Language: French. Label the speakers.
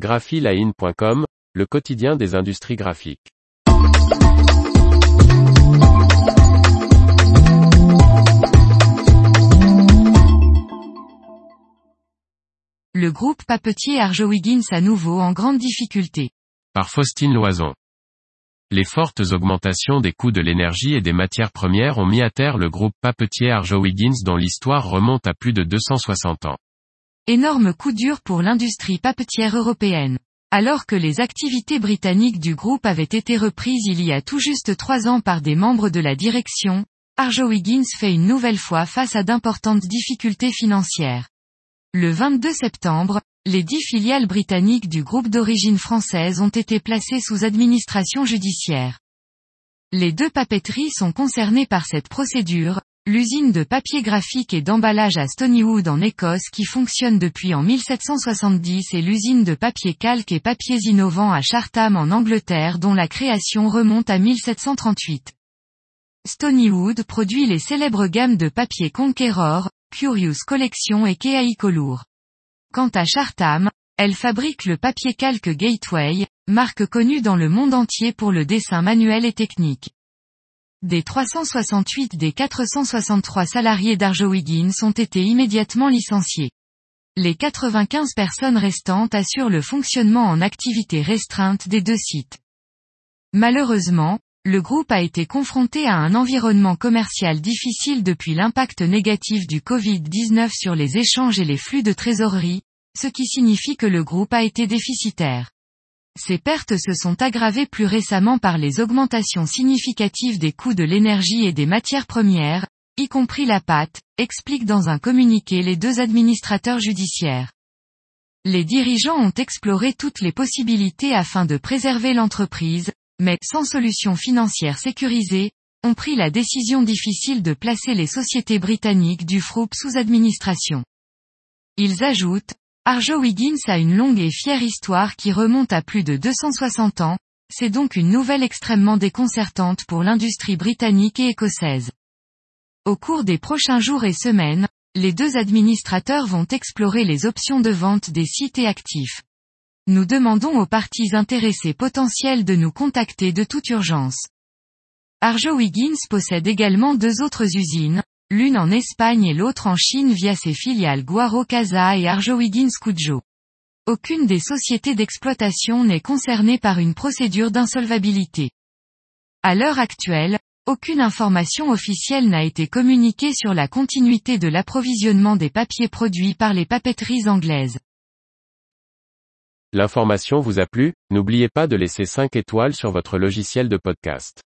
Speaker 1: graphiline.com, le quotidien des industries graphiques.
Speaker 2: Le groupe papetier Arjowiggins à nouveau en grande difficulté.
Speaker 1: Par Faustine Loison. Les fortes augmentations des coûts de l'énergie et des matières premières ont mis à terre le groupe papetier Arjowiggins dont l'histoire remonte à plus de 260 ans.
Speaker 2: Énorme coup dur pour l'industrie papetière européenne. Alors que les activités britanniques du groupe avaient été reprises il y a tout juste 3 ans par des membres de la direction, Arjowiggins fait une nouvelle fois face à d'importantes difficultés financières. Le 22 septembre, les 10 filiales britanniques du groupe d'origine française ont été placées sous administration judiciaire. Les 2 papeteries sont concernées par cette procédure, l'usine de papier graphique et d'emballage à Stonywood en Écosse qui fonctionne depuis en 1770 et l'usine de papier calque et papiers innovants à Chartham en Angleterre dont la création remonte à 1738. Stonywood produit les célèbres gammes de papier Conqueror, Curious Collection et Keahi Colour. Quant à Chartham, elle fabrique le papier calque Gateway, marque connue dans le monde entier pour le dessin manuel et technique. Des 368 des 463 salariés d'Arjowiggins ont été immédiatement licenciés. Les 95 personnes restantes assurent le fonctionnement en activité restreinte des 2 sites. Malheureusement, le groupe a été confronté à un environnement commercial difficile depuis l'impact négatif du Covid-19 sur les échanges et les flux de trésorerie, ce qui signifie que le groupe a été déficitaire. Ces pertes se sont aggravées plus récemment par les augmentations significatives des coûts de l'énergie et des matières premières, y compris la pâte, expliquent dans un communiqué les 2 administrateurs judiciaires. Les dirigeants ont exploré toutes les possibilités afin de préserver l'entreprise, mais, sans solution financière sécurisée, ont pris la décision difficile de placer les sociétés britanniques du groupe sous administration. Ils ajoutent, Arjowiggins a une longue et fière histoire qui remonte à plus de 260 ans, c'est donc une nouvelle extrêmement déconcertante pour l'industrie britannique et écossaise. Au cours des prochains jours et semaines, les 2 administrateurs vont explorer les options de vente des sites et actifs. Nous demandons aux parties intéressées potentielles de nous contacter de toute urgence. Arjowiggins possède également 2 autres usines, l'une en Espagne et l'autre en Chine via ses filiales Guaro Casa et Arjowiggins Cuzhou. Aucune des sociétés d'exploitation n'est concernée par une procédure d'insolvabilité. À l'heure actuelle, aucune information officielle n'a été communiquée sur la continuité de l'approvisionnement des papiers produits par les papeteries anglaises.
Speaker 1: L'information vous a plu? N'oubliez pas de laisser 5 étoiles sur votre logiciel de podcast.